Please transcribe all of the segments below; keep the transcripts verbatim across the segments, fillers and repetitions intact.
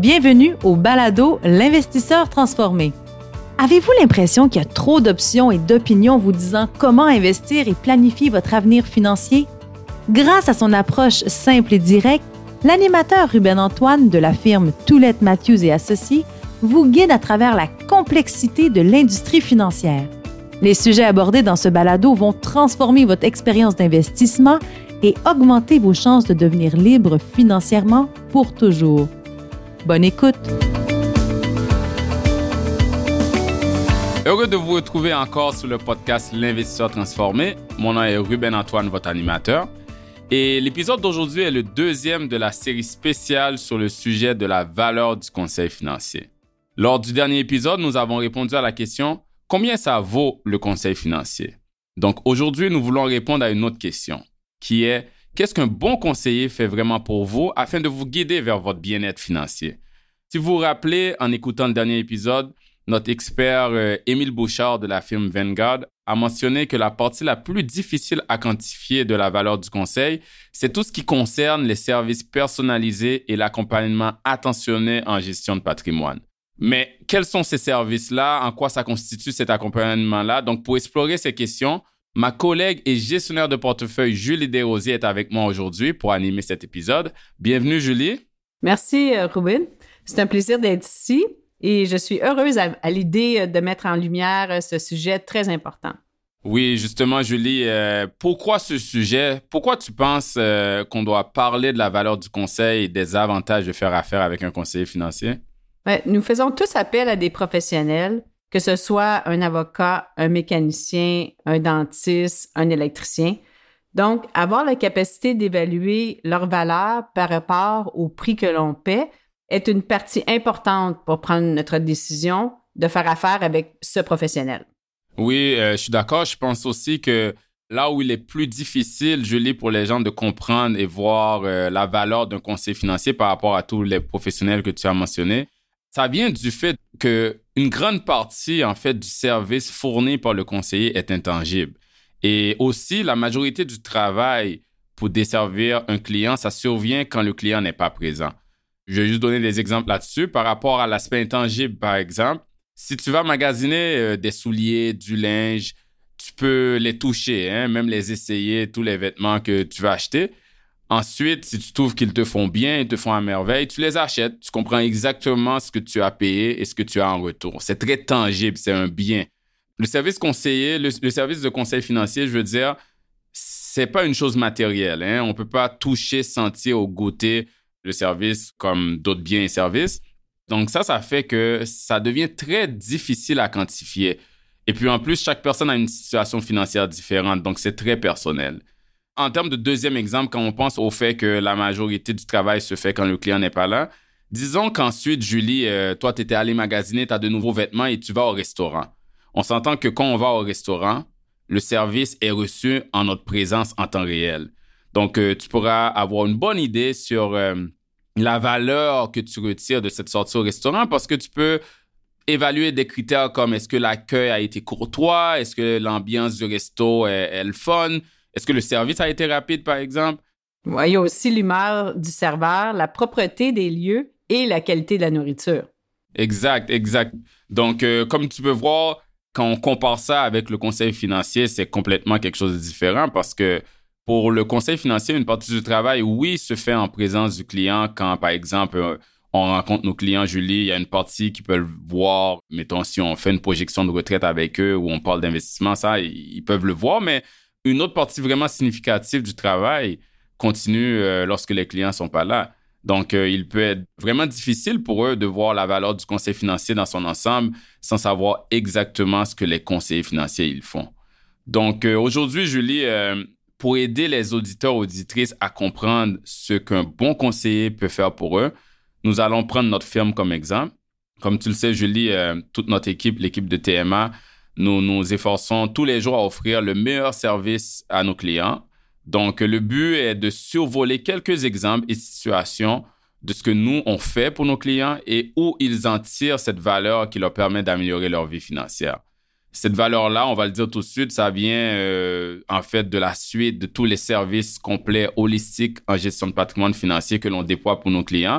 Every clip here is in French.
Bienvenue au balado L'investisseur transformé. Avez-vous l'impression qu'il y a trop d'options et d'opinions vous disant comment investir et planifier votre avenir financier? Grâce à son approche simple et directe, l'animateur Ruben Antoine de la firme Toulette Matthews et Associés vous guide à travers la complexité de l'industrie financière. Les sujets abordés dans ce balado vont transformer votre expérience d'investissement et augmenter vos chances de devenir libre financièrement pour toujours. Bonne écoute! Heureux de vous retrouver encore sur le podcast L'Investisseur transformé. Mon nom est Ruben Antoine, votre animateur. Et l'épisode d'aujourd'hui est le deuxième de la série spéciale sur le sujet de la valeur du conseil financier. Lors du dernier épisode, nous avons répondu à la question « Combien ça vaut le conseil financier ?» Donc aujourd'hui, nous voulons répondre à une autre question qui est « Qu'est-ce qu'un bon conseiller fait vraiment pour vous afin de vous guider vers votre bien-être financier ?» Si vous vous rappelez, en écoutant le dernier épisode, notre expert euh, Émile Bouchard de la firme Vanguard a mentionné que la partie la plus difficile à quantifier de la valeur du conseil, c'est tout ce qui concerne les services personnalisés et l'accompagnement attentionné en gestion de patrimoine. Mais quels sont ces services-là? En quoi ça constitue cet accompagnement-là? Donc, pour explorer ces questions, ma collègue et gestionnaire de portefeuille Julie Desrosiers est avec moi aujourd'hui pour animer cet épisode. Bienvenue, Julie. Merci, Ruben. C'est un plaisir d'être ici et je suis heureuse à, à l'idée de mettre en lumière ce sujet très important. Oui, justement, Julie, euh, pourquoi ce sujet? Pourquoi tu penses euh, qu'on doit parler de la valeur du conseil et des avantages de faire affaire avec un conseiller financier? Ouais, nous faisons tous appel à des professionnels, que ce soit un avocat, un mécanicien, un dentiste, un électricien. Donc, avoir la capacité d'évaluer leur valeur par rapport au prix que l'on paie est une partie importante pour prendre notre décision de faire affaire avec ce professionnel. Oui, euh, je suis d'accord. Je pense aussi que là où il est plus difficile, Julie, pour les gens de comprendre et voir euh, la valeur d'un conseiller financier par rapport à tous les professionnels que tu as mentionnés, ça vient du fait qu'une grande partie, en fait, du service fourni par le conseiller est intangible. Et aussi, la majorité du travail pour desservir un client, ça survient quand le client n'est pas présent. Je vais juste donner des exemples là-dessus. Par rapport à l'aspect intangible, par exemple, si tu vas magasiner euh, des souliers, du linge, tu peux les toucher, hein, même les essayer, tous les vêtements que tu vas acheter. Ensuite, si tu trouves qu'ils te font bien, ils te font à merveille, tu les achètes. Tu comprends exactement ce que tu as payé et ce que tu as en retour. C'est très tangible, c'est un bien. Le service conseiller, le, le service de conseil financier, je veux dire, c'est pas une chose matérielle. Hein? On peut pas toucher, sentir ou goûter le service comme d'autres biens et services. Donc ça, ça fait que ça devient très difficile à quantifier. Et puis en plus, chaque personne a une situation financière différente, donc c'est très personnel. En termes de deuxième exemple, quand on pense au fait que la majorité du travail se fait quand le client n'est pas là, disons qu'ensuite, Julie, euh, toi, tu étais allé magasiner, tu as de nouveaux vêtements et tu vas au restaurant. On s'entend que quand on va au restaurant, le service est reçu en notre présence en temps réel. Donc, euh, tu pourras avoir une bonne idée sur euh, la valeur que tu retires de cette sortie au restaurant parce que tu peux évaluer des critères comme est-ce que l'accueil a été courtois, est-ce que l'ambiance du resto est, est le fun, est-ce que le service a été rapide, par exemple? Oui, il y a aussi l'humeur du serveur, la propreté des lieux et la qualité de la nourriture. Exact, exact. Donc, euh, comme tu peux voir, quand on compare ça avec le conseil financier, c'est complètement quelque chose de différent parce que pour le conseil financier, une partie du travail, oui, se fait en présence du client quand, par exemple, euh, on rencontre nos clients, Julie, il y a une partie qui peuvent voir, mettons, si on fait une projection de retraite avec eux ou on parle d'investissement, ça, ils peuvent le voir, mais une autre partie vraiment significative du travail continue euh, lorsque les clients ne sont pas là. Donc, euh, il peut être vraiment difficile pour eux de voir la valeur du conseil financier dans son ensemble sans savoir exactement ce que les conseillers financiers ils font. Donc, euh, aujourd'hui, Julie, euh, pour aider les auditeurs auditrices à comprendre ce qu'un bon conseiller peut faire pour eux, nous allons prendre notre firme comme exemple. Comme tu le sais, Julie, euh, toute notre équipe, l'équipe de T M A, nous nous efforçons tous les jours à offrir le meilleur service à nos clients. Donc, le but est de survoler quelques exemples et situations de ce que nous, on fait pour nos clients et où ils en tirent cette valeur qui leur permet d'améliorer leur vie financière. Cette valeur-là, on va le dire tout de suite, ça vient euh, en fait de la suite de tous les services complets holistiques en gestion de patrimoine financier que l'on déploie pour nos clients.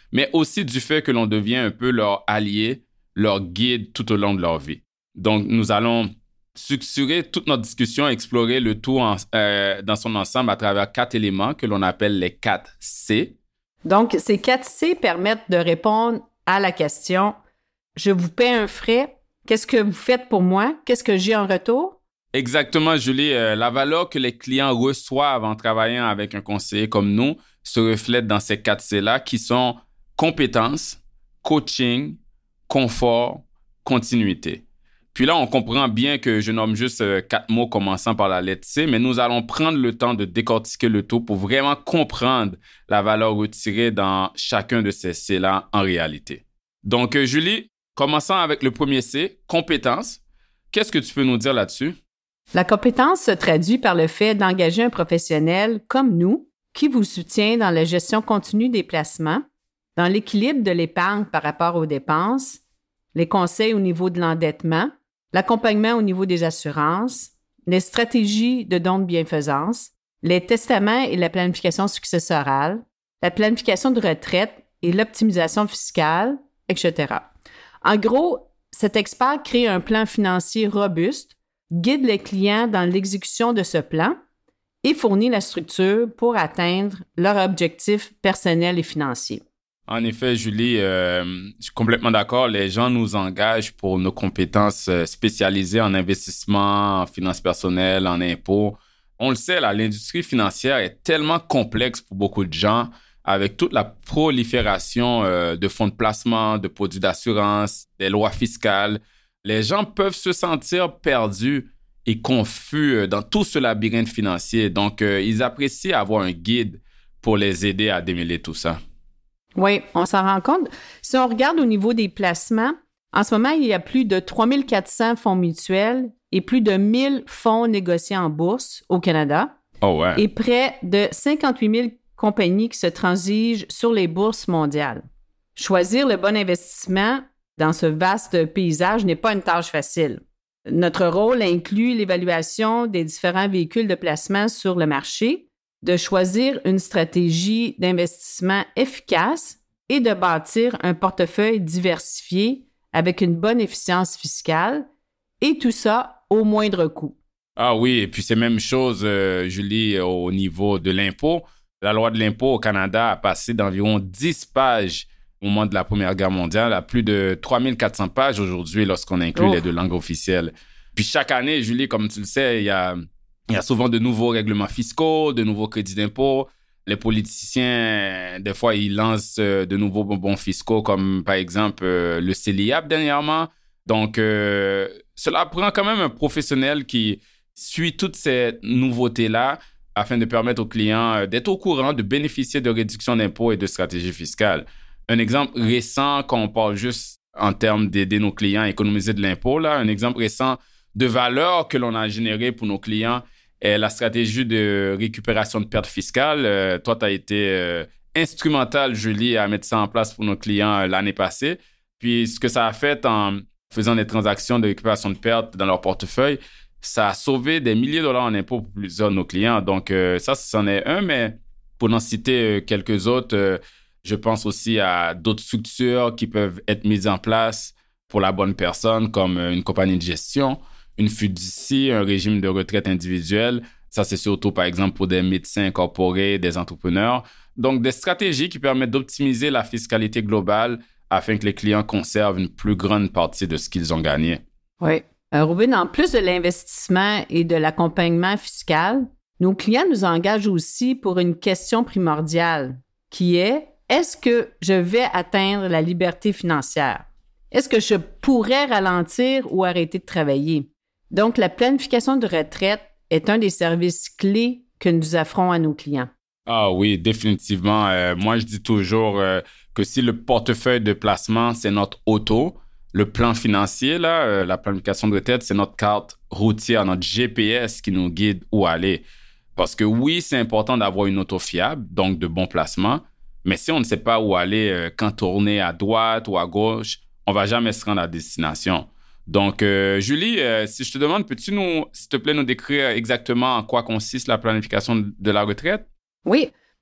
mais aussi du fait que l'on devient un peu leur allié, leur guide tout au long de leur vie. Donc, nous allons structurer toute notre discussion, explorer le tout en, euh, dans son ensemble à travers quatre éléments que l'on appelle les quatre C. Donc, ces quatre C permettent de répondre à la question « Je vous paie un frais, qu'est-ce que vous faites pour moi? Qu'est-ce que j'ai en retour? » Exactement, Julie. Euh, la valeur que les clients reçoivent en travaillant avec un conseiller comme nous se reflète dans ces quatre C-là qui sont compétences, coaching, confort, continuité. Puis là, on comprend bien que je nomme juste euh, quatre mots commençant par la lettre C, mais nous allons prendre le temps de décortiquer le tout pour vraiment comprendre la valeur retirée dans chacun de ces C-là en réalité. Donc, euh, Julie, commençons avec le premier C, compétences. Qu'est-ce que tu peux nous dire là-dessus? La compétence se traduit par le fait d'engager un professionnel comme nous qui vous soutient dans la gestion continue des placements, dans l'équilibre de l'épargne par rapport aux dépenses, les conseils au niveau de l'endettement, l'accompagnement au niveau des assurances, les stratégies de dons de bienfaisance, les testaments et la planification successorale, la planification de retraite et l'optimisation fiscale, et cetera. En gros, cet expert crée un plan financier robuste, guide les clients dans l'exécution de ce plan et fournit la structure pour atteindre leurs objectifs personnels et financiers. En effet, Julie, euh, je suis complètement d'accord. Les gens nous engagent pour nos compétences spécialisées en investissement, en finances personnelles, en impôts. On le sait, là, l'industrie financière est tellement complexe pour beaucoup de gens avec toute la prolifération euh, de fonds de placement, de produits d'assurance, des lois fiscales. Les gens peuvent se sentir perdus et confus dans tout ce labyrinthe financier. Donc, euh, ils apprécient avoir un guide pour les aider à démêler tout ça. Oui, on s'en rend compte. Si on regarde au niveau des placements, en ce moment, il y a plus de trois mille quatre cents fonds mutuels et plus de mille fonds négociés en bourse au Canada. Oh ouais. Et près de cinquante-huit mille compagnies qui se transigent sur les bourses mondiales. Choisir le bon investissement dans ce vaste paysage n'est pas une tâche facile. Notre rôle inclut l'évaluation des différents véhicules de placement sur le marché, de choisir une stratégie d'investissement efficace et de bâtir un portefeuille diversifié avec une bonne efficience fiscale, et tout ça au moindre coût. Ah oui, et puis c'est même chose, euh, Julie, au niveau de l'impôt. La loi de l'impôt au Canada a passé d'environ dix pages au moment de la Première Guerre mondiale à plus de trois mille quatre cents pages aujourd'hui lorsqu'on inclut oh. les deux langues officielles. Puis chaque année, Julie, comme tu le sais, il y a... Il y a souvent de nouveaux règlements fiscaux, de nouveaux crédits d'impôt. Les politiciens, des fois, ils lancent de nouveaux bonbons fiscaux, comme par exemple le C E L I A P dernièrement. Donc, euh, cela prend quand même un professionnel qui suit toutes ces nouveautés-là afin de permettre aux clients d'être au courant, de bénéficier de réductions d'impôts et de stratégies fiscales. Un exemple récent, quand on parle juste en termes d'aider nos clients à économiser de l'impôt, là, un exemple récent de valeur que l'on a généré pour nos clients est la stratégie de récupération de pertes fiscales. Euh, toi, tu as été euh, instrumental, Julie, à mettre ça en place pour nos clients euh, l'année passée. Puis, ce que ça a fait en faisant des transactions de récupération de pertes dans leur portefeuille, ça a sauvé des milliers de dollars en impôts pour plusieurs de nos clients. Donc, euh, ça, c'en est un, mais pour en citer euh, quelques autres, euh, je pense aussi à d'autres structures qui peuvent être mises en place pour la bonne personne, comme euh, une compagnie de gestion, une fiducie, un régime de retraite individuel. Ça, c'est surtout, par exemple, pour des médecins incorporés, des entrepreneurs. Donc, des stratégies qui permettent d'optimiser la fiscalité globale afin que les clients conservent une plus grande partie de ce qu'ils ont gagné. Oui. Euh, Ruben, en plus de l'investissement et de l'accompagnement fiscal, nos clients nous engagent aussi pour une question primordiale qui est « Est-ce que je vais atteindre la liberté financière? Est-ce que je pourrais ralentir ou arrêter de travailler? » Donc, la planification de retraite est un des services clés que nous offrons à nos clients. Ah oui, définitivement. Euh, moi, je dis toujours euh, que si le portefeuille de placement, c'est notre auto, le plan financier, là, euh, la planification de retraite, c'est notre carte routière, notre G P S qui nous guide où aller. Parce que oui, c'est important d'avoir une auto fiable, donc de bons placements, mais si on ne sait pas où aller, euh, quand tourner à droite ou à gauche, on ne va jamais se rendre à destination. Donc, euh, Julie, euh, si je te demande, peux-tu nous, s'il te plaît, nous décrire exactement en quoi consiste la planification de la retraite? Oui.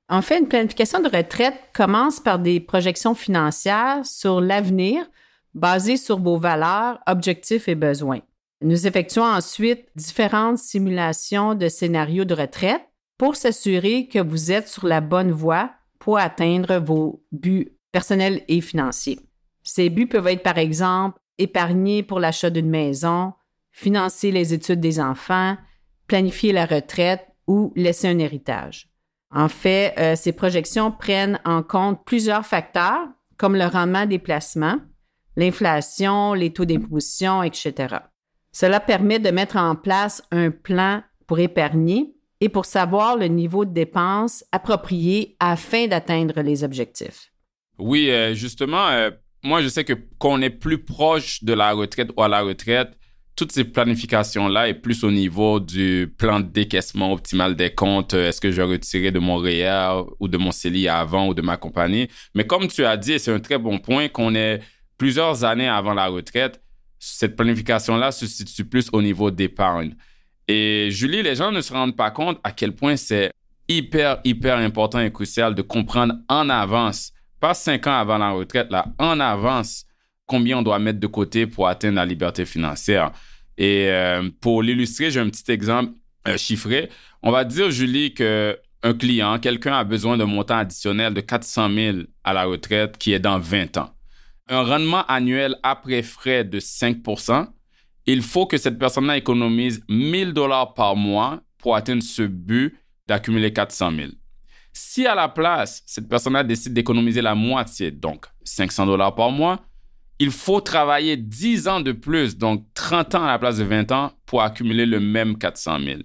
En fait, une planification de retraite commence par des projections financières sur l'avenir basées sur vos valeurs, objectifs et besoins. Nous effectuons ensuite différentes simulations de scénarios de retraite pour s'assurer que vous êtes sur la bonne voie pour atteindre vos buts personnels et financiers. Ces buts peuvent être, par exemple, épargner pour l'achat d'une maison, financer les études des enfants, planifier la retraite ou laisser un héritage. En fait, euh, ces projections prennent en compte plusieurs facteurs, comme le rendement des placements, l'inflation, les taux d'imposition, et cetera. Cela permet de mettre en place un plan pour épargner et pour savoir le niveau de dépenses approprié afin d'atteindre les objectifs. Oui, euh, justement, euh, moi, je sais que quand on est plus proche de la retraite ou à la retraite, toutes ces planifications-là est plus au niveau du plan de décaissement optimal des comptes. Est-ce que je vais retirer de mon R E E R ou de mon C E L I avant ou de ma compagnie? Mais comme tu as dit, et c'est un très bon point, qu'on est plusieurs années avant la retraite, cette planification-là se situe plus au niveau d'épargne. Et Julie, les gens ne se rendent pas compte à quel point c'est hyper, hyper important et crucial de comprendre en avance, pas cinq ans avant la retraite, là, en avance, combien on doit mettre de côté pour atteindre la liberté financière. Et euh, pour l'illustrer, j'ai un petit exemple euh, chiffré. On va dire, Julie, qu'un client, quelqu'un a besoin d'un montant additionnel de quatre cent mille à la retraite qui est dans vingt ans. Un rendement annuel après frais de cinq pour cent, il faut que cette personne-là économise mille dollars par mois pour atteindre ce but d'accumuler quatre cent mille. Si à la place, cette personne-là décide d'économiser la moitié, donc cinq cents dollars par mois, il faut travailler dix ans de plus, donc trente ans à la place de vingt ans, pour accumuler le même quatre cent mille.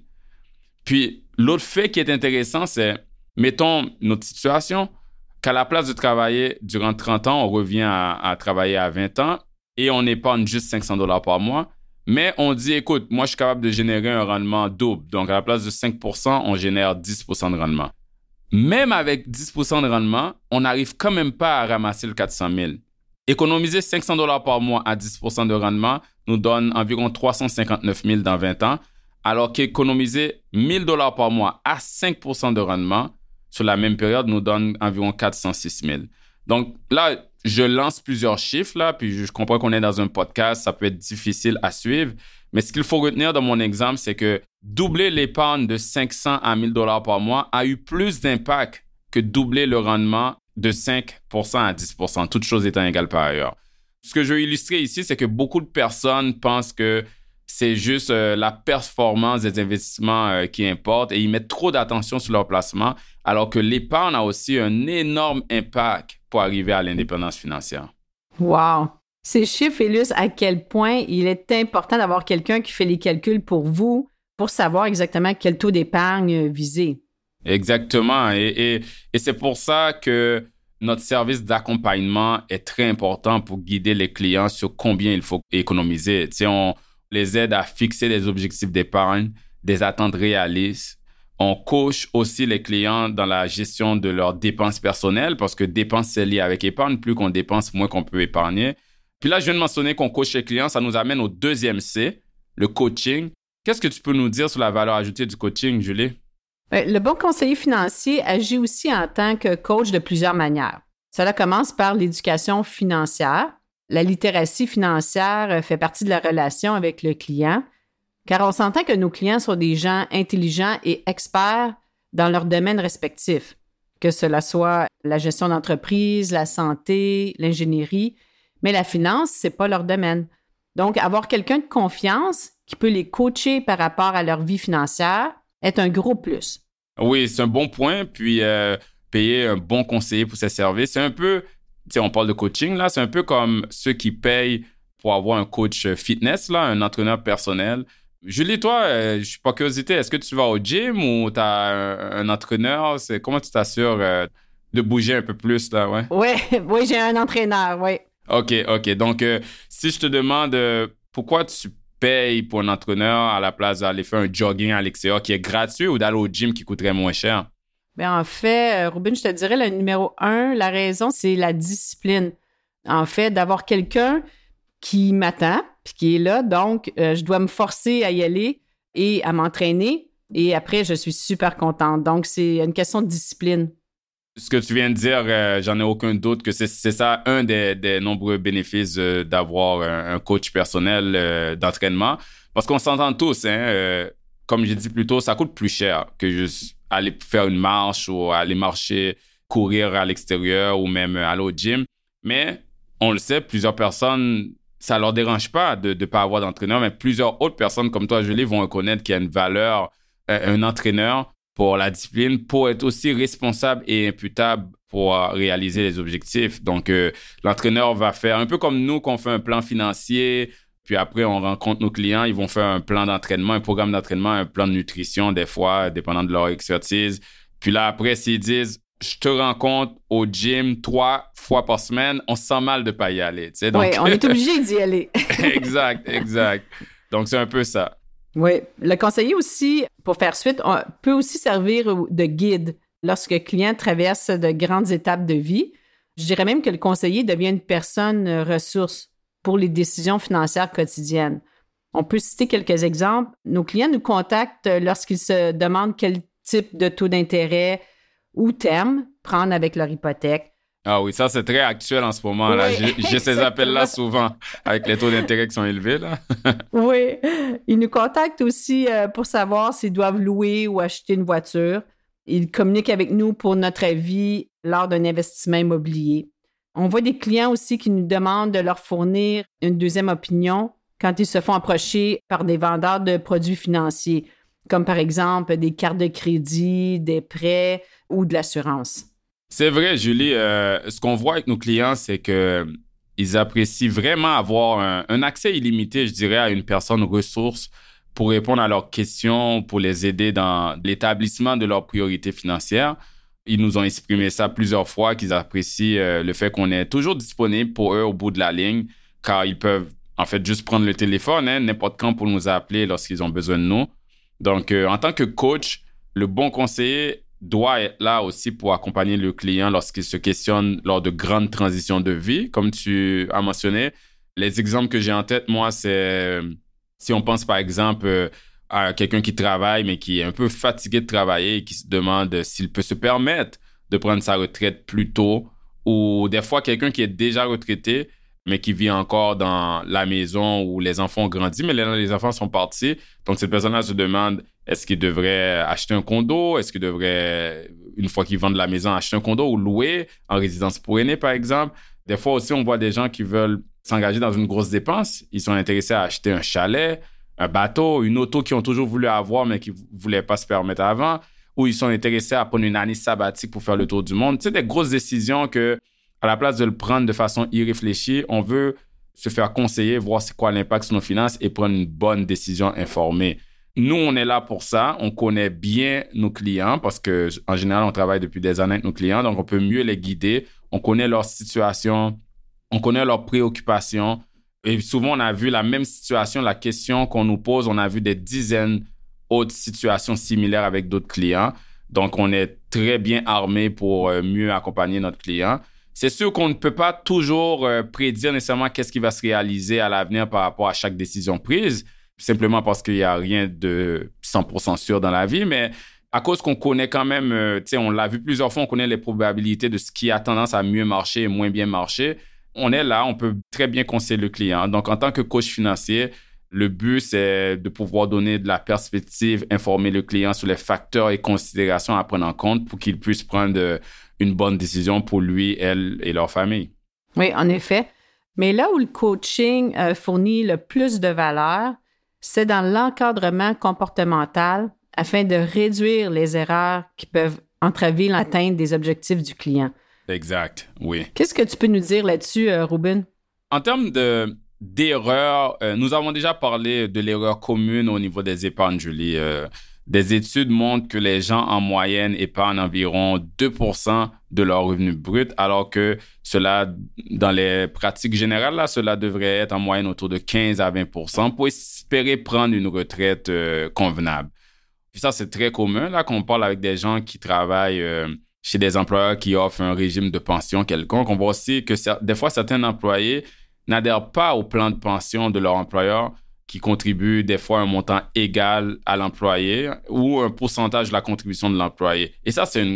Puis, l'autre fait qui est intéressant, c'est, mettons notre situation, qu'à la place de travailler durant trente ans, on revient à, à travailler à vingt ans et on épargne juste cinq cents dollars par mois. Mais on dit, écoute, moi, je suis capable de générer un rendement double. Donc, à la place de cinq pour cent, on génère dix pour cent de rendement. Même avec dix pour cent de rendement, on n'arrive quand même pas à ramasser le quatre cent mille. Économiser cinq cents dollars par mois à dix pour cent de rendement nous donne environ trois cent cinquante-neuf mille dans vingt ans, alors qu'économiser mille dollars par mois à cinq pour cent de rendement sur la même période nous donne environ quatre cent six mille. Donc là, je lance plusieurs chiffres, là, puis je comprends qu'on est dans un podcast, ça peut être difficile à suivre, mais ce qu'il faut retenir dans mon exemple, c'est que doubler l'épargne de cinq cents à mille dollars par mois a eu plus d'impact que doubler le rendement de cinq pour cent à dix pour cent, toutes choses étant égales par ailleurs. Ce que je veux illustrer ici, c'est que beaucoup de personnes pensent que c'est juste euh, la performance des investissements euh, qui importe et ils mettent trop d'attention sur leur placement, alors que l'épargne a aussi un énorme impact pour arriver à l'indépendance financière. Wow! Ces chiffres illustrent à quel point il est important d'avoir quelqu'un qui fait les calculs pour vous pour savoir exactement quel taux d'épargne viser. Exactement. Et, et, et c'est pour ça que notre service d'accompagnement est très important pour guider les clients sur combien il faut économiser. Tu sais, on les aide à fixer des objectifs d'épargne, des attentes réalistes. On coach aussi les clients dans la gestion de leurs dépenses personnelles parce que dépenses, c'est lié avec épargne. Plus qu'on dépense, moins qu'on peut épargner. Puis là, je viens de mentionner qu'on coach les clients. Ça nous amène au deuxième C, le coaching. Qu'est-ce que tu peux nous dire sur la valeur ajoutée du coaching, Julie? Le bon conseiller financier agit aussi en tant que coach de plusieurs manières. Cela commence par l'éducation financière. La littératie financière fait partie de la relation avec le client, car on s'entend que nos clients sont des gens intelligents et experts dans leur domaine respectif, que cela soit la gestion d'entreprise, la santé, l'ingénierie, mais la finance, c'est pas leur domaine. Donc, avoir quelqu'un de confiance qui peut les coacher par rapport à leur vie financière est un gros plus. Oui, c'est un bon point. Puis, euh, payer un bon conseiller pour ses services, c'est un peu, tu sais, on parle de coaching, là, c'est un peu comme ceux qui payent pour avoir un coach fitness, là, un entraîneur personnel. Julie, toi, euh, je suis pas curiosité, est-ce que tu vas au gym ou tu as un, un entraîneur? C'est, comment tu t'assures euh, de bouger un peu plus, là, ouais? Oui, oui, j'ai un entraîneur, oui. OK, OK. Donc, euh, si je te demande euh, pourquoi tu payes pour un entraîneur à la place d'aller faire un jogging à l'extérieur qui est gratuit ou d'aller au gym qui coûterait moins cher? Bien, en fait, Ruben, je te dirais le numéro un, la raison, c'est la discipline. En fait, d'avoir quelqu'un qui m'attend puis qui est là. Donc, euh, je dois me forcer à y aller et à m'entraîner. Et après, je suis super contente. Donc, c'est une question de discipline. Ce que tu viens de dire, euh, j'en ai aucun doute que c'est, c'est ça un des, des nombreux bénéfices euh, d'avoir un, un coach personnel euh, d'entraînement. Parce qu'on s'entend tous, hein, euh, comme j'ai dit plus tôt, ça coûte plus cher que juste aller faire une marche ou aller marcher, courir à l'extérieur ou même aller au gym. Mais on le sait, plusieurs personnes, ça leur dérange pas de ne pas avoir d'entraîneur, mais plusieurs autres personnes comme toi, Julie, vont reconnaître qu'il y a une valeur, euh, un entraîneur pour la discipline, pour être aussi responsable et imputable pour euh, réaliser les objectifs. Donc, euh, l'entraîneur va faire un peu comme nous, qu'on fait un plan financier, puis après, on rencontre nos clients, ils vont faire un plan d'entraînement, un programme d'entraînement, un plan de nutrition, des fois, dépendant de leur expertise. Puis là, après, s'ils disent, je te rencontre au gym trois fois par semaine, on se sent mal de pas y aller. Tu sais, donc... Oui, on est obligé d'y aller. Exact, exact. Donc, c'est un peu ça. Oui. Le conseiller aussi, pour faire suite, on peut aussi servir de guide lorsque le client traverse de grandes étapes de vie. Je dirais même que le conseiller devient une personne ressource pour les décisions financières quotidiennes. On peut citer quelques exemples. Nos clients nous contactent lorsqu'ils se demandent quel type de taux d'intérêt ou terme prendre avec leur hypothèque. Ah oui, ça, c'est très actuel en ce moment. Oui, là. J'ai, j'ai ces appels-là souvent avec les taux d'intérêt qui sont élevés. Là. Oui. Ils nous contactent aussi euh, pour savoir s'ils doivent louer ou acheter une voiture. Ils communiquent avec nous pour notre avis lors d'un investissement immobilier. On voit des clients aussi qui nous demandent de leur fournir une deuxième opinion quand ils se font approcher par des vendeurs de produits financiers, comme par exemple des cartes de crédit, des prêts ou de l'assurance. C'est vrai, Julie. Euh, ce qu'on voit avec nos clients, c'est qu'ils apprécient vraiment avoir un, un accès illimité, je dirais, à une personne ressource pour répondre à leurs questions, pour les aider dans l'établissement de leurs priorités financières. Ils nous ont exprimé ça plusieurs fois, qu'ils apprécient euh, le fait qu'on est toujours disponible pour eux au bout de la ligne, car ils peuvent en fait juste prendre le téléphone, hein, n'importe quand pour nous appeler lorsqu'ils ont besoin de nous. Donc, euh, en tant que coach, le bon conseiller doit être là aussi pour accompagner le client lorsqu'il se questionne lors de grandes transitions de vie, comme tu as mentionné. Les exemples que j'ai en tête, moi, c'est si on pense par exemple à quelqu'un qui travaille mais qui est un peu fatigué de travailler et qui se demande s'il peut se permettre de prendre sa retraite plus tôt, ou des fois quelqu'un qui est déjà retraité mais qui vit encore dans la maison où les enfants ont grandi, mais les, les enfants sont partis. Donc, cette personne-là se demande, est-ce qu'il devrait acheter un condo? Est-ce qu'il devrait, une fois qu'ils vendent la maison, acheter un condo ou louer en résidence pour aînés, par exemple? Des fois aussi, on voit des gens qui veulent s'engager dans une grosse dépense. Ils sont intéressés à acheter un chalet, un bateau, une auto qu'ils ont toujours voulu avoir, mais qu'ils ne voulaient pas se permettre avant. Ou ils sont intéressés à prendre une année sabbatique pour faire le tour du monde. Tu sais, des grosses décisions que, à la place de le prendre de façon irréfléchie, on veut se faire conseiller, voir c'est quoi l'impact sur nos finances et prendre une bonne décision informée. Nous, on est là pour ça. On connaît bien nos clients parce que, en général, on travaille depuis des années avec nos clients, donc on peut mieux les guider. On connaît leur situation, on connaît leurs préoccupations. Et souvent, on a vu la même situation, la question qu'on nous pose, on a vu des dizaines d'autres situations similaires avec d'autres clients. Donc, on est très bien armé pour mieux accompagner notre client. C'est sûr qu'on ne peut pas toujours euh, prédire nécessairement qu'est-ce qui va se réaliser à l'avenir par rapport à chaque décision prise, simplement parce qu'il n'y a rien de cent pour cent sûr dans la vie, mais à cause qu'on connaît quand même, euh, tu sais, on l'a vu plusieurs fois, on connaît les probabilités de ce qui a tendance à mieux marcher et moins bien marcher. On est là, on peut très bien conseiller le client. Donc, en tant que coach financier, le but, c'est de pouvoir donner de la perspective, informer le client sur les facteurs et considérations à prendre en compte pour qu'il puisse prendre euh, une bonne décision pour lui, elle et leur famille. Oui, en effet. Mais là où le coaching euh, fournit le plus de valeur, c'est dans l'encadrement comportemental afin de réduire les erreurs qui peuvent entraver l'atteinte des objectifs du client. Exact, oui. Qu'est-ce que tu peux nous dire là-dessus, euh, Ruben? En termes de, d'erreurs, euh, nous avons déjà parlé de l'erreur commune au niveau des épargnes, Julie. Euh, Des études montrent que les gens en moyenne épargnent environ deux pour cent de leur revenu brut, alors que cela, dans les pratiques générales, là, cela devrait être en moyenne autour de quinze à vingt pour cent pour espérer prendre une retraite euh, convenable. Puis ça, c'est très commun, là, qu'on parle avec des gens qui travaillent euh, chez des employeurs qui offrent un régime de pension quelconque. On voit aussi que des fois, certains employés n'adhèrent pas au plan de pension de leur employeur, qui contribue des fois un montant égal à l'employé ou un pourcentage de la contribution de l'employé. Et ça, c'est une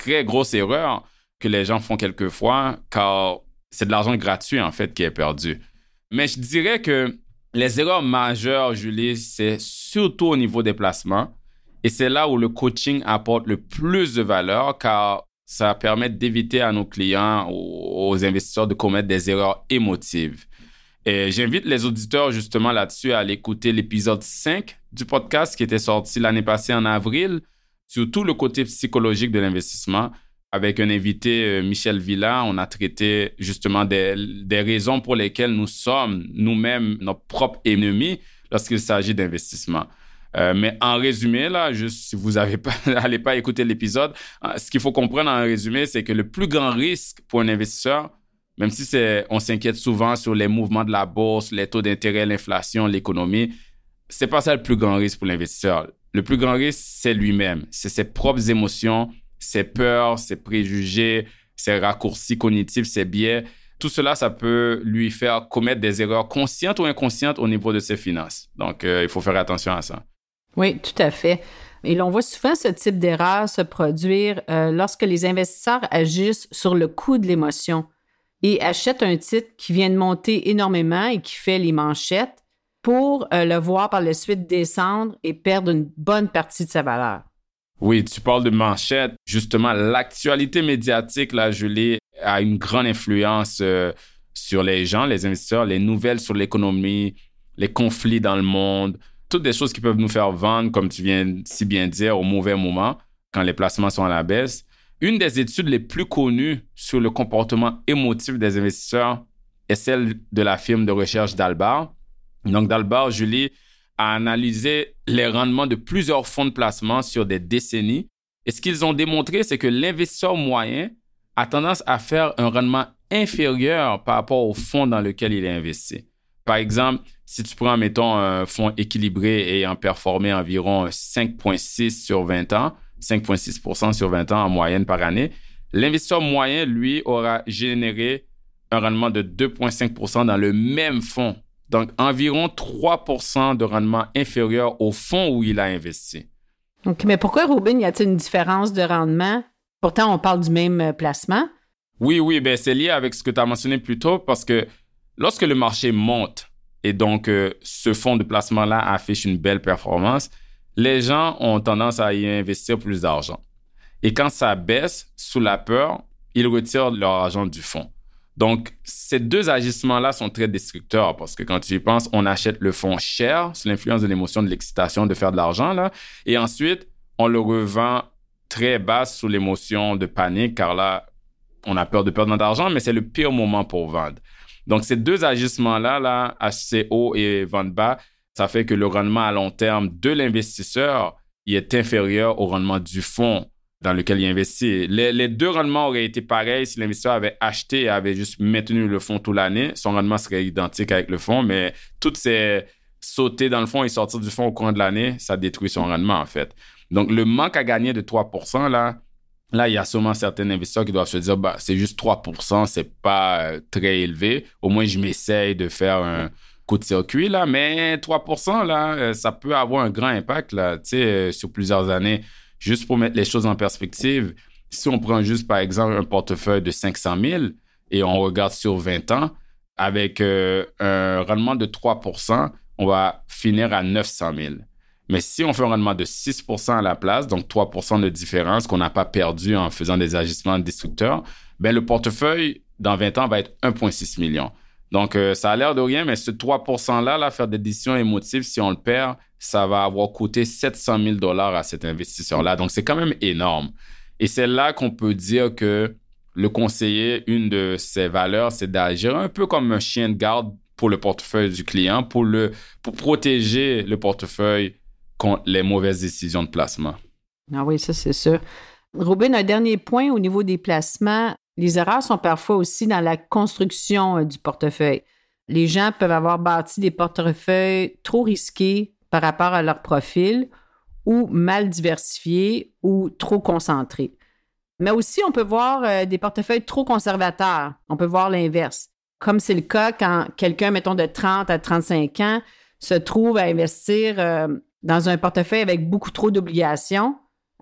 très grosse erreur que les gens font quelquefois, car c'est de l'argent gratuit, en fait, qui est perdu. Mais je dirais que les erreurs majeures, Julie, c'est surtout au niveau des placements. Et c'est là où le coaching apporte le plus de valeur, car ça permet d'éviter à nos clients, aux, aux investisseurs, de commettre des erreurs émotives. Et j'invite les auditeurs justement là-dessus à aller écouter l'épisode cinq du podcast qui était sorti l'année passée en avril sur tout le côté psychologique de l'investissement. Avec un invité, euh, Michel Villa, on a traité justement des, des raisons pour lesquelles nous sommes nous-mêmes nos propres ennemis lorsqu'il s'agit d'investissement. Euh, mais en résumé, là, juste si vous n'allez pas, allez pas écouter l'épisode, ce qu'il faut comprendre en résumé, c'est que le plus grand risque pour un investisseur, même si c'est, on s'inquiète souvent sur les mouvements de la bourse, les taux d'intérêt, l'inflation, l'économie, c'est pas ça le plus grand risque pour l'investisseur. Le plus grand risque, c'est lui-même. C'est ses propres émotions, ses peurs, ses préjugés, ses raccourcis cognitifs, ses biais. Tout cela, ça peut lui faire commettre des erreurs conscientes ou inconscientes au niveau de ses finances. Donc, euh, il faut faire attention à ça. Oui, tout à fait. Et l'on voit souvent ce type d'erreur se produire euh, lorsque les investisseurs agissent sur le coup de l'émotion et achètent un titre qui vient de monter énormément et qui fait les manchettes pour euh, le voir par la suite descendre et perdre une bonne partie de sa valeur. Oui, tu parles de manchettes. Justement, l'actualité médiatique, là, Julie, a une grande influence euh, sur les gens, les investisseurs, les nouvelles sur l'économie, les conflits dans le monde, toutes des choses qui peuvent nous faire vendre, comme tu viens si bien dire, au mauvais moment, quand les placements sont à la baisse. Une des études les plus connues sur le comportement émotif des investisseurs est celle de la firme de recherche Dalbar. Donc, Dalbar, Julie, a analysé les rendements de plusieurs fonds de placement sur des décennies. Et ce qu'ils ont démontré, c'est que l'investisseur moyen a tendance à faire un rendement inférieur par rapport au fonds dans lequel il est investi. Par exemple, si tu prends, mettons, un fonds équilibré ayant performé environ cinq virgule six sur vingt ans, cinq virgule six pour cent sur vingt ans en moyenne par année, l'investisseur moyen, lui, aura généré un rendement de deux virgule cinq pour cent dans le même fonds. Donc, environ trois pour cent de rendement inférieur au fonds où il a investi. OK, mais pourquoi, Robin, y a-t-il une différence de rendement? Pourtant, on parle du même placement. Oui, oui, ben c'est lié avec ce que tu as mentionné plus tôt parce que lorsque le marché monte et donc euh, ce fonds de placement-là affiche une belle performance, les gens ont tendance à y investir plus d'argent. Et quand ça baisse, sous la peur, ils retirent leur argent du fonds. Donc, ces deux agissements-là sont très destructeurs parce que quand tu y penses, on achète le fonds cher sous l'influence de l'émotion, de l'excitation, de faire de l'argent, là, et ensuite, on le revend très bas sous l'émotion de panique car là, on a peur de perdre notre argent, mais c'est le pire moment pour vendre. Donc, ces deux agissements-là, là, acheter haut et vendre bas, ça fait que le rendement à long terme de l'investisseur il est inférieur au rendement du fonds dans lequel il investit. Les, les deux rendements auraient été pareils si l'investisseur avait acheté et avait juste maintenu le fonds toute l'année. Son rendement serait identique avec le fonds, mais toutes ces sauter dans le fonds et sortir du fonds au cours de l'année, ça détruit son rendement, en fait. Donc, le manque à gagner de trois pour cent, là, là, il y a sûrement certains investisseurs qui doivent se dire, bah, c'est juste trois pour cent, c'est pas euh, très élevé. Au moins, je m'essaye de faire un coup de circuit, là, mais trois pour cent, là, euh, ça peut avoir un grand impact, là, tu sais, euh, sur plusieurs années. Juste pour mettre les choses en perspective, si on prend juste, par exemple, un portefeuille de cinq cent mille et on regarde sur vingt ans, avec euh, un rendement de trois pour cent, on va finir à neuf cent mille. Mais si on fait un rendement de six pour cent à la place, donc trois pour cent de différence qu'on n'a pas perdu en faisant des agissements destructeurs, ben le portefeuille, dans vingt ans, va être un virgule six million. Donc, euh, ça a l'air de rien, mais ce trois pour cent-là, là, faire des décisions émotives, si on le perd, ça va avoir coûté sept cent mille dollars à cet investisseur-là. Donc, c'est quand même énorme. Et c'est là qu'on peut dire que le conseiller, une de ses valeurs, c'est d'agir un peu comme un chien de garde pour le portefeuille du client, pour, le, pour protéger le portefeuille contre les mauvaises décisions de placement. Ah oui, ça, c'est sûr. Robin, un dernier point au niveau des placements. Les erreurs sont parfois aussi dans la construction euh, du portefeuille. Les gens peuvent avoir bâti des portefeuilles trop risqués par rapport à leur profil ou mal diversifiés ou trop concentrés. Mais aussi, on peut voir euh, des portefeuilles trop conservateurs. On peut voir l'inverse. Comme c'est le cas quand quelqu'un, mettons, de trente à trente-cinq ans, se trouve à investir euh, dans un portefeuille avec beaucoup trop d'obligations,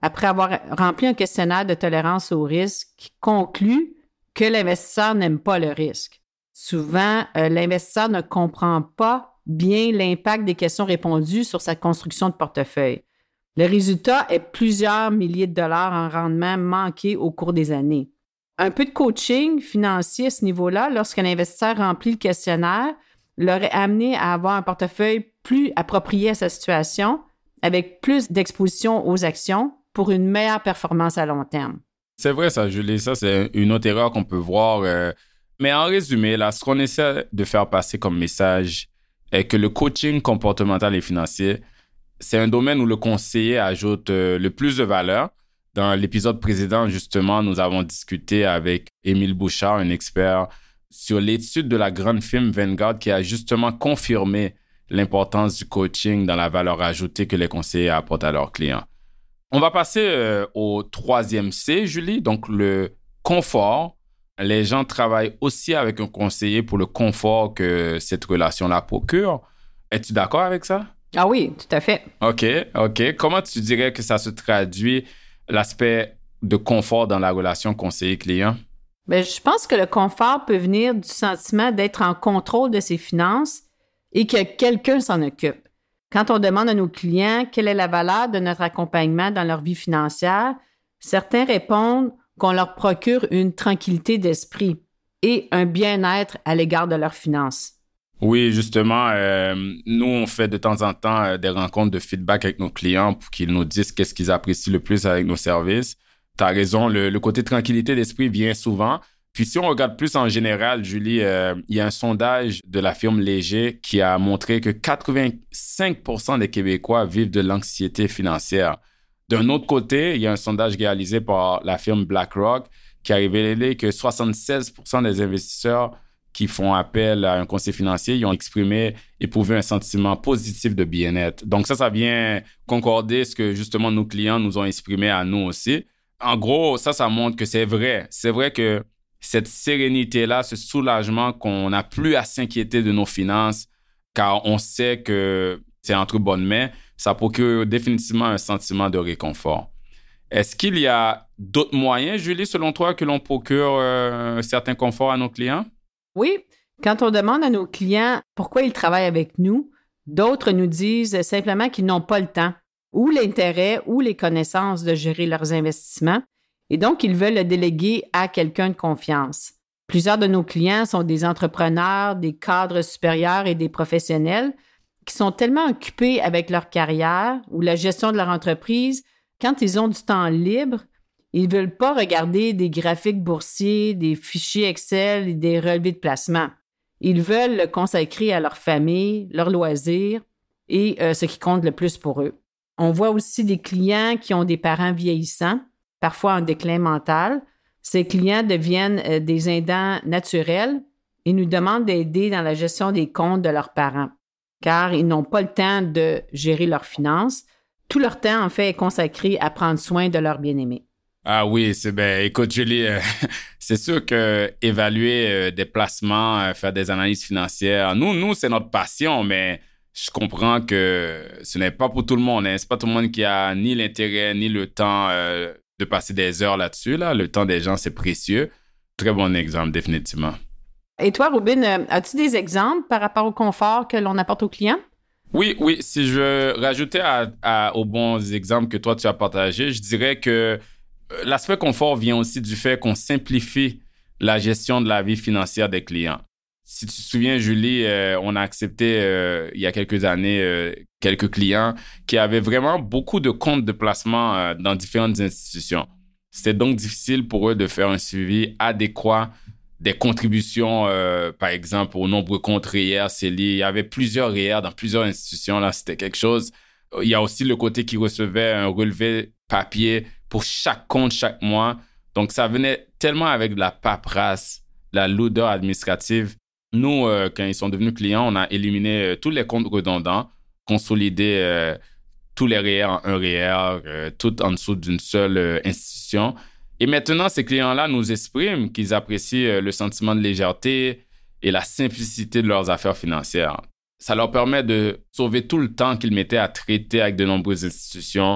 après avoir rempli un questionnaire de tolérance au risque qui conclut que l'investisseur n'aime pas le risque. Souvent, euh, l'investisseur ne comprend pas bien l'impact des questions répondues sur sa construction de portefeuille. Le résultat est plusieurs milliers de dollars en rendement manqué au cours des années. Un peu de coaching financier à ce niveau-là, lorsqu'un investisseur remplit le questionnaire, l'aurait amené à avoir un portefeuille plus approprié à sa situation, avec plus d'exposition aux actions pour une meilleure performance à long terme. C'est vrai ça, Julie. Ça, c'est une autre erreur qu'on peut voir. Euh... Mais en résumé, là, ce qu'on essaie de faire passer comme message est que le coaching comportemental et financier, c'est un domaine où le conseiller ajoute euh, le plus de valeur. Dans l'épisode précédent, justement, nous avons discuté avec Émile Bouchard, un expert, sur l'étude de la grande firme Vanguard qui a justement confirmé l'importance du coaching dans la valeur ajoutée que les conseillers apportent à leurs clients. On va passer euh, au troisième C, Julie, donc le confort. Les gens travaillent aussi avec un conseiller pour le confort que cette relation-là procure. Es-tu d'accord avec ça? Ah oui, tout à fait. OK, OK. Comment tu dirais que ça se traduit, l'aspect de confort dans la relation conseiller-client? Bien, je pense que le confort peut venir du sentiment d'être en contrôle de ses finances et que quelqu'un s'en occupe. Quand on demande à nos clients quelle est la valeur de notre accompagnement dans leur vie financière, certains répondent qu'on leur procure une tranquillité d'esprit et un bien-être à l'égard de leurs finances. Oui, justement, euh, nous, on fait de temps en temps euh, des rencontres de feedback avec nos clients pour qu'ils nous disent qu'est-ce qu'ils apprécient le plus avec nos services. Tu as raison, le, le côté tranquillité d'esprit vient souvent. Puis si on regarde plus en général, Julie, euh, il y a un sondage de la firme Léger qui a montré que quatre-vingt-cinq pour cent des Québécois vivent de l'anxiété financière. D'un autre côté, il y a un sondage réalisé par la firme BlackRock qui a révélé que soixante-seize pour cent des investisseurs qui font appel à un conseiller financier, ils ont exprimé, éprouvé un sentiment positif de bien-être. Donc ça, ça vient concorder ce que justement nos clients nous ont exprimé à nous aussi. En gros, ça, ça montre que c'est vrai. C'est vrai que cette sérénité-là, ce soulagement qu'on n'a plus à s'inquiéter de nos finances, car on sait que c'est entre bonnes mains, ça procure définitivement un sentiment de réconfort. Est-ce qu'il y a d'autres moyens, Julie, selon toi, que l'on procure euh, un certain confort à nos clients? Oui, quand on demande à nos clients pourquoi ils travaillent avec nous, d'autres nous disent simplement qu'ils n'ont pas le temps ou l'intérêt ou les connaissances de gérer leurs investissements et donc ils veulent le déléguer à quelqu'un de confiance. Plusieurs de nos clients sont des entrepreneurs, des cadres supérieurs et des professionnels qui sont tellement occupés avec leur carrière ou la gestion de leur entreprise, quand ils ont du temps libre, ils ne veulent pas regarder des graphiques boursiers, des fichiers Excel et des relevés de placement. Ils veulent le consacrer à leur famille, leurs loisirs et euh, ce qui compte le plus pour eux. On voit aussi des clients qui ont des parents vieillissants, parfois en déclin mental. Ces clients deviennent euh, des aidants naturels et nous demandent d'aider dans la gestion des comptes de leurs parents, car ils n'ont pas le temps de gérer leurs finances. Tout leur temps, en fait, est consacré à prendre soin de leurs bien-aimés. Ah oui, c'est ben écoute Julie, euh, c'est sûr que évaluer euh, des placements, euh, faire des analyses financières, nous nous c'est notre passion, mais je comprends que ce n'est pas pour tout le monde, hein. C'est pas tout le monde qui a ni l'intérêt ni le temps euh, de passer des heures là-dessus là. Le temps des gens c'est précieux. Très bon exemple définitivement. Et toi, Rubin, euh, as-tu des exemples par rapport au confort que l'on apporte aux clients? Oui, oui. Si je veux rajouter à, à, aux bons exemples que toi tu as partagés, je dirais que l'aspect confort vient aussi du fait qu'on simplifie la gestion de la vie financière des clients. Si tu te souviens, Julie, euh, on a accepté euh, il y a quelques années euh, quelques clients qui avaient vraiment beaucoup de comptes de placement euh, dans différentes institutions. C'était donc difficile pour eux de faire un suivi adéquat des contributions, euh, par exemple, aux nombreux comptes R E E R, C E L I. Il y avait plusieurs R E E R dans plusieurs institutions. Là, c'était quelque chose. Il y a aussi le côté qui recevait un relevé papier pour chaque compte chaque mois. Donc, ça venait tellement avec de la paperasse, de la lourdeur administrative. Nous, euh, quand ils sont devenus clients, on a éliminé euh, tous les comptes redondants, consolidé euh, tous les R E E R en un R E E R, euh, tout en dessous d'une seule euh, institution. Et maintenant, ces clients-là nous expriment qu'ils apprécient euh, le sentiment de légèreté et la simplicité de leurs affaires financières. Ça leur permet de sauver tout le temps qu'ils mettaient à traiter avec de nombreuses institutions,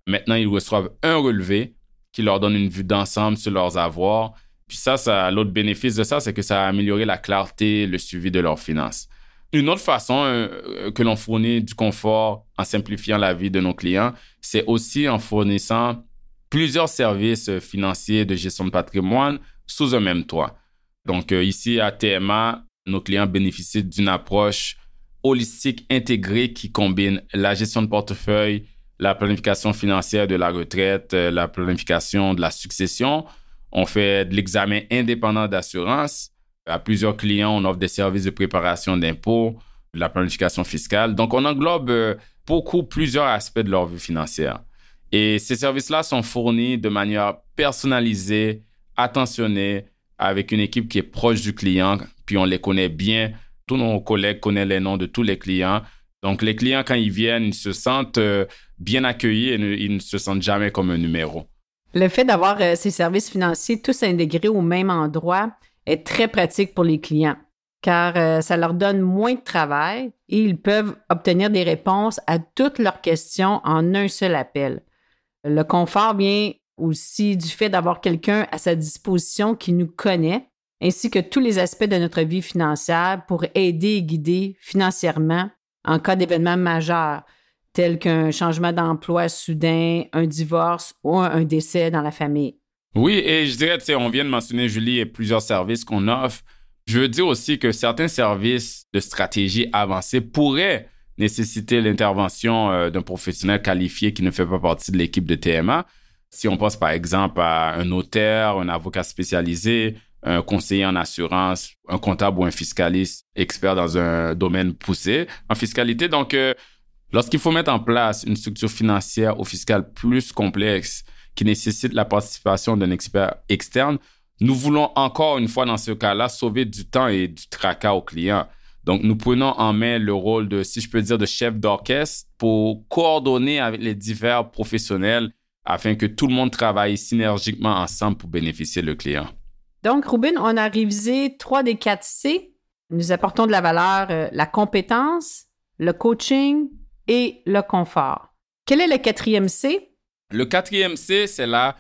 Maintenant, ils reçoivent un relevé qui leur donne une vue d'ensemble sur leurs avoirs. Puis ça, ça l'autre bénéfice de ça, c'est que ça a amélioré la clarté, le suivi de leurs finances. Une autre façon euh, que l'on fournit du confort en simplifiant la vie de nos clients, c'est aussi en fournissant plusieurs services financiers de gestion de patrimoine sous un même toit. Donc euh, ici, à T M A, nos clients bénéficient d'une approche holistique intégrée qui combine la gestion de portefeuille, la planification financière de la retraite, la planification de la succession. On fait de l'examen indépendant d'assurance. À plusieurs clients, on offre des services de préparation d'impôts, de la planification fiscale. Donc, on englobe beaucoup, plusieurs aspects de leur vie financière. Et ces services-là sont fournis de manière personnalisée, attentionnée, avec une équipe qui est proche du client, puis on les connaît bien. Tous nos collègues connaissent les noms de tous les clients. Donc, les clients, quand ils viennent, ils se sentent euh, bien accueillis et ne, ils ne se sentent jamais comme un numéro. Le fait d'avoir euh, ces services financiers tous intégrés au même endroit est très pratique pour les clients, car euh, ça leur donne moins de travail et ils peuvent obtenir des réponses à toutes leurs questions en un seul appel. Le confort vient aussi du fait d'avoir quelqu'un à sa disposition qui nous connaît, ainsi que tous les aspects de notre vie financière pour aider et guider financièrement en cas d'événements majeurs, tels qu'un changement d'emploi soudain, un divorce ou un décès dans la famille. Oui, et je dirais, tu sais, on vient de mentionner, Julie, et plusieurs services qu'on offre. Je veux dire aussi que certains services de stratégie avancée pourraient nécessiter l'intervention euh, d'un professionnel qualifié qui ne fait pas partie de l'équipe de T M A. Si on pense par exemple à un notaire, un avocat spécialisé, un conseiller en assurance, un comptable ou un fiscaliste expert dans un domaine poussé en fiscalité. Donc, euh, lorsqu'il faut mettre en place une structure financière ou fiscale plus complexe qui nécessite la participation d'un expert externe, nous voulons encore une fois dans ce cas-là sauver du temps et du tracas aux clients. Donc, nous prenons en main le rôle de, si je peux dire, de chef d'orchestre pour coordonner avec les divers professionnels afin que tout le monde travaille synergiquement ensemble pour bénéficier le client. Donc, Ruben, on a révisé trois des quatre C. Nous apportons de la valeur, euh, la compétence, le coaching et le confort. Quel est le quatrième C? Le quatrième C, c'est la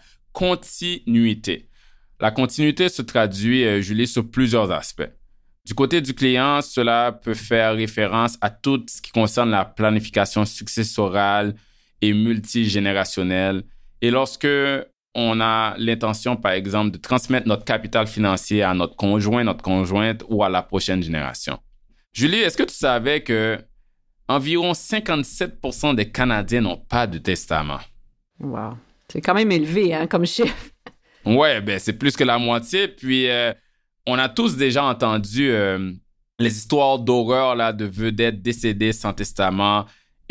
continuité. La continuité se traduit, euh, Julie, sur plusieurs aspects. Du côté du client, cela peut faire référence à tout ce qui concerne la planification successorale et multigénérationnelle. Et lorsque on a l'intention, par exemple, de transmettre notre capital financier à notre conjoint, notre conjointe ou à la prochaine génération. Julie, est-ce que tu savais que environ cinquante-sept pour cent des Canadiens n'ont pas de testament? Wow, c'est quand même élevé hein, comme chiffre. Ouais, ben c'est plus que la moitié. Puis, euh, on a tous déjà entendu euh, les histoires d'horreur là, de vedettes décédées sans testament.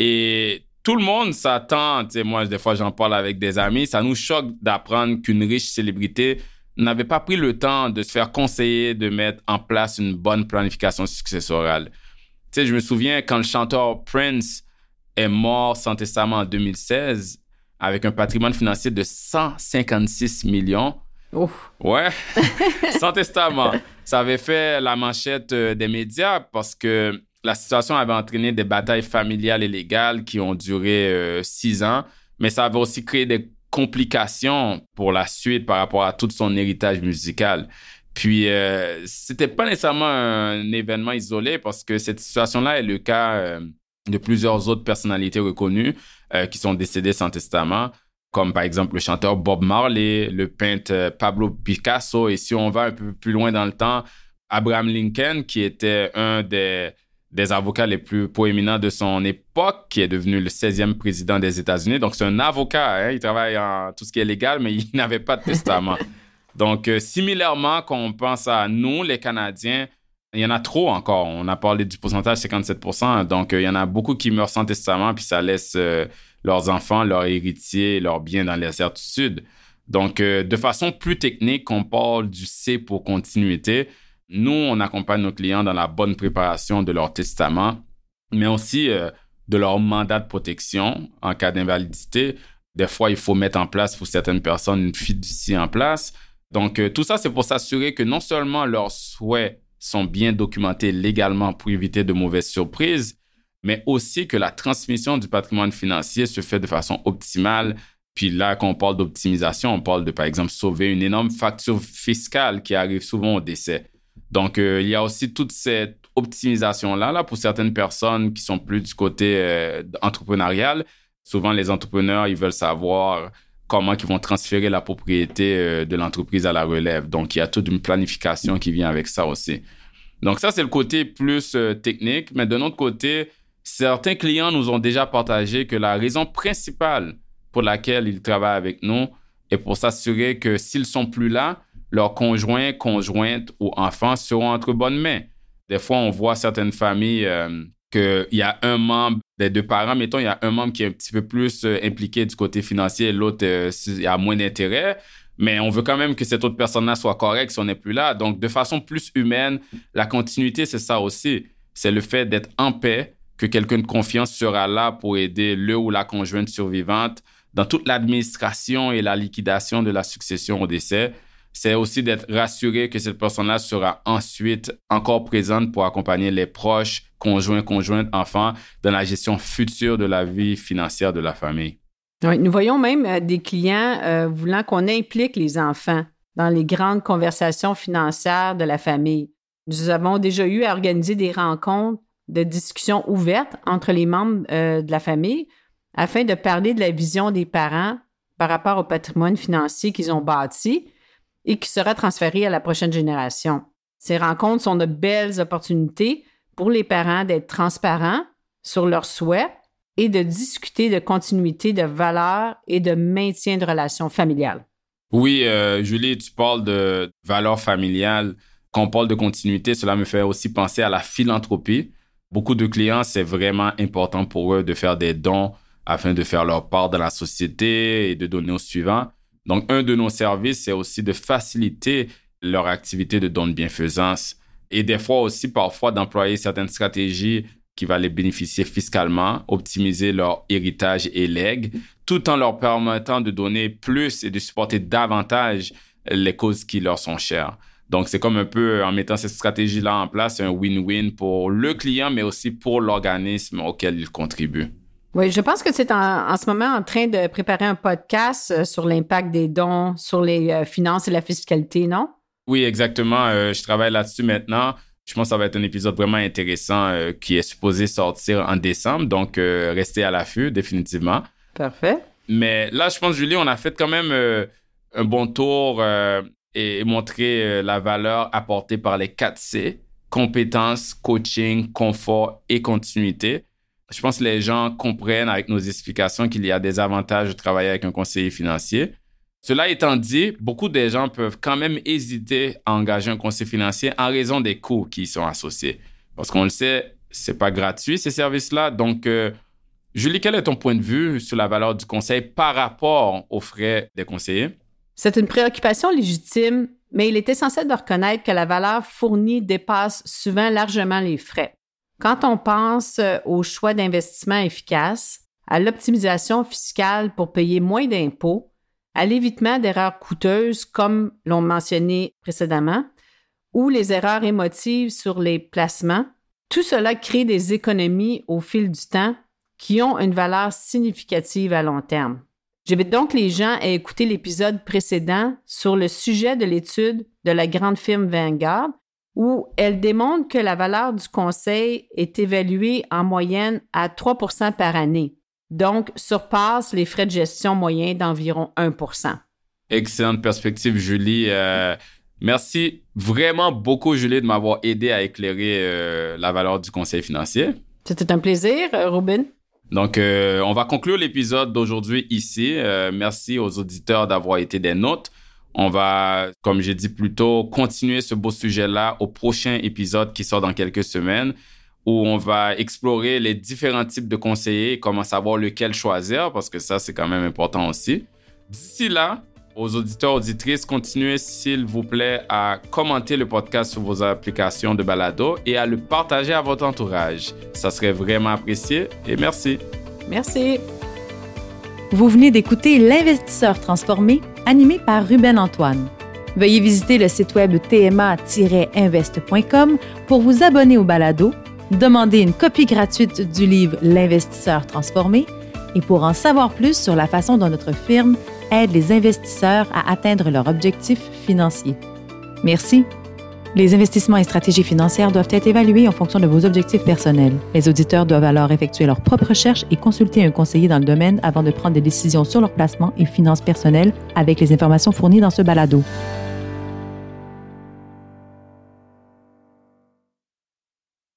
Et tout le monde s'attend, tu sais, moi, des fois, j'en parle avec des amis, ça nous choque d'apprendre qu'une riche célébrité n'avait pas pris le temps de se faire conseiller de mettre en place une bonne planification successorale. Tu sais, je me souviens quand le chanteur Prince est mort sans testament en deux mille seize, avec un patrimoine financier de cent cinquante-six millions. Ouf. Ouais, sans testament. Ça avait fait la manchette des médias parce que la situation avait entraîné des batailles familiales et légales qui ont duré euh, six ans, mais ça avait aussi créé des complications pour la suite par rapport à tout son héritage musical. Puis, euh, c'était pas nécessairement un événement isolé parce que cette situation-là est le cas euh, de plusieurs autres personnalités reconnues euh, qui sont décédées sans testament, comme par exemple le chanteur Bob Marley, le peintre Pablo Picasso, et si on va un peu plus loin dans le temps, Abraham Lincoln, qui était un des des avocats les plus proéminents de son époque, qui est devenu le seizième président des États-Unis. Donc, c'est un avocat, hein? Il travaille en tout ce qui est légal, mais il n'avait pas de testament. Donc, euh, similairement, quand on pense à nous, les Canadiens, il y en a trop encore. On a parlé du pourcentage cinquante-sept pour cent. Donc, euh, il y en a beaucoup qui meurent sans testament, puis ça laisse euh, leurs enfants, leurs héritiers, leurs biens dans l'incertitude. Donc, euh, de façon plus technique, on parle du C pour continuité. Nous, on accompagne nos clients dans la bonne préparation de leur testament, mais aussi euh, de leur mandat de protection en cas d'invalidité. Des fois, il faut mettre en place pour certaines personnes une fiducie en place. Donc, euh, tout ça, c'est pour s'assurer que non seulement leurs souhaits sont bien documentés légalement pour éviter de mauvaises surprises, mais aussi que la transmission du patrimoine financier se fait de façon optimale. Puis là, quand on parle d'optimisation, on parle de, par exemple, sauver une énorme facture fiscale qui arrive souvent au décès. Donc, euh, il y a aussi toute cette optimisation-là là, pour certaines personnes qui sont plus du côté euh, entrepreneurial. Souvent, les entrepreneurs, ils veulent savoir comment ils vont transférer la propriété euh, de l'entreprise à la relève. Donc, il y a toute une planification qui vient avec ça aussi. Donc, ça, c'est le côté plus euh, technique. Mais de notre côté, certains clients nous ont déjà partagé que la raison principale pour laquelle ils travaillent avec nous est pour s'assurer que s'ils sont plus là, leurs conjoints, conjointes ou enfants seront entre bonnes mains. Des fois, on voit certaines familles euh, qu'il y a un membre des deux parents, mettons, il y a un membre qui est un petit peu plus euh, impliqué du côté financier et l'autre, euh, il y a moins d'intérêt. Mais on veut quand même que cette autre personne-là soit correcte si on n'est plus là. Donc, de façon plus humaine, la continuité, c'est ça aussi. C'est le fait d'être en paix, que quelqu'un de confiance sera là pour aider le ou la conjointe survivante dans toute l'administration et la liquidation de la succession au décès. C'est aussi d'être rassuré que cette personne-là sera ensuite encore présente pour accompagner les proches, conjoints, conjointes, enfants dans la gestion future de la vie financière de la famille. Oui, nous voyons même euh, des clients euh, voulant qu'on implique les enfants dans les grandes conversations financières de la famille. Nous avons déjà eu à organiser des rencontres de discussions ouvertes entre les membres euh, de la famille afin de parler de la vision des parents par rapport au patrimoine financier qu'ils ont bâti et qui sera transféré à la prochaine génération. Ces rencontres sont de belles opportunités pour les parents d'être transparents sur leurs souhaits et de discuter de continuité de valeurs et de maintien de relations familiales. Oui, euh, Julie, tu parles de valeurs familiales. Quand on parle de continuité, cela me fait aussi penser à la philanthropie. Beaucoup de clients, c'est vraiment important pour eux de faire des dons afin de faire leur part dans la société et de donner aux suivants. Donc, un de nos services, c'est aussi de faciliter leur activité de don de bienfaisance et des fois aussi, parfois, d'employer certaines stratégies qui vont les bénéficier fiscalement, optimiser leur héritage et legs, tout en leur permettant de donner plus et de supporter davantage les causes qui leur sont chères. Donc, c'est comme un peu, en mettant cette stratégie-là en place, un win-win pour le client, mais aussi pour l'organisme auquel il contribue. Oui, je pense que c'est en, en ce moment en train de préparer un podcast sur l'impact des dons sur les euh, finances et la fiscalité, non? Oui, exactement. Euh, je travaille là-dessus maintenant. Je pense que ça va être un épisode vraiment intéressant euh, qui est supposé sortir en décembre. Donc, euh, restez à l'affût, définitivement. Parfait. Mais là, je pense, Julie, on a fait quand même euh, un bon tour euh, et, et montré euh, la valeur apportée par les quatre C, compétences, coaching, confort et continuité. Je pense que les gens comprennent avec nos explications qu'il y a des avantages de travailler avec un conseiller financier. Cela étant dit, beaucoup de gens peuvent quand même hésiter à engager un conseiller financier en raison des coûts qui y sont associés. Parce qu'on le sait, c'est pas gratuit, ces services-là. Donc, euh, Julie, quel est ton point de vue sur la valeur du conseil par rapport aux frais des conseillers? C'est une préoccupation légitime, mais il est essentiel de reconnaître que la valeur fournie dépasse souvent largement les frais. Quand on pense au choix d'investissement efficace, à l'optimisation fiscale pour payer moins d'impôts, à l'évitement d'erreurs coûteuses comme l'ont mentionné précédemment, ou les erreurs émotives sur les placements, tout cela crée des économies au fil du temps qui ont une valeur significative à long terme. J'invite donc les gens à écouter l'épisode précédent sur le sujet de l'étude de la grande firme Vanguard, où elle démontre que la valeur du conseil est évaluée en moyenne à trois pour cent par année, donc surpasse les frais de gestion moyens d'environ un pour cent. Excellente perspective, Julie. Euh, merci vraiment beaucoup, Julie, de m'avoir aidé à éclairer euh, la valeur du conseil financier. C'était un plaisir, Robin. Donc, euh, on va conclure l'épisode d'aujourd'hui ici. Euh, merci aux auditeurs d'avoir été des nôtres. On va, comme j'ai dit plus tôt, continuer ce beau sujet-là au prochain épisode qui sort dans quelques semaines où on va explorer les différents types de conseillers et comment savoir lequel choisir parce que ça, c'est quand même important aussi. D'ici là, aux auditeurs, auditrices, continuez, s'il vous plaît, à commenter le podcast sur vos applications de balado et à le partager à votre entourage. Ça serait vraiment apprécié et merci. Merci. Vous venez d'écouter L'Investisseur transformé, animé par Ruben Antoine. Veuillez visiter le site web t m a tiret invest point com pour vous abonner au balado, Demandez une copie gratuite du livre L'investisseur transformé et pour en savoir plus sur la façon dont notre firme aide les investisseurs à atteindre leurs objectifs financiers. Merci. Les investissements et stratégies financières doivent être évalués en fonction de vos objectifs personnels. Les auditeurs doivent alors effectuer leurs propres recherches et consulter un conseiller dans le domaine avant de prendre des décisions sur leur placement et finances personnelles avec les informations fournies dans ce balado.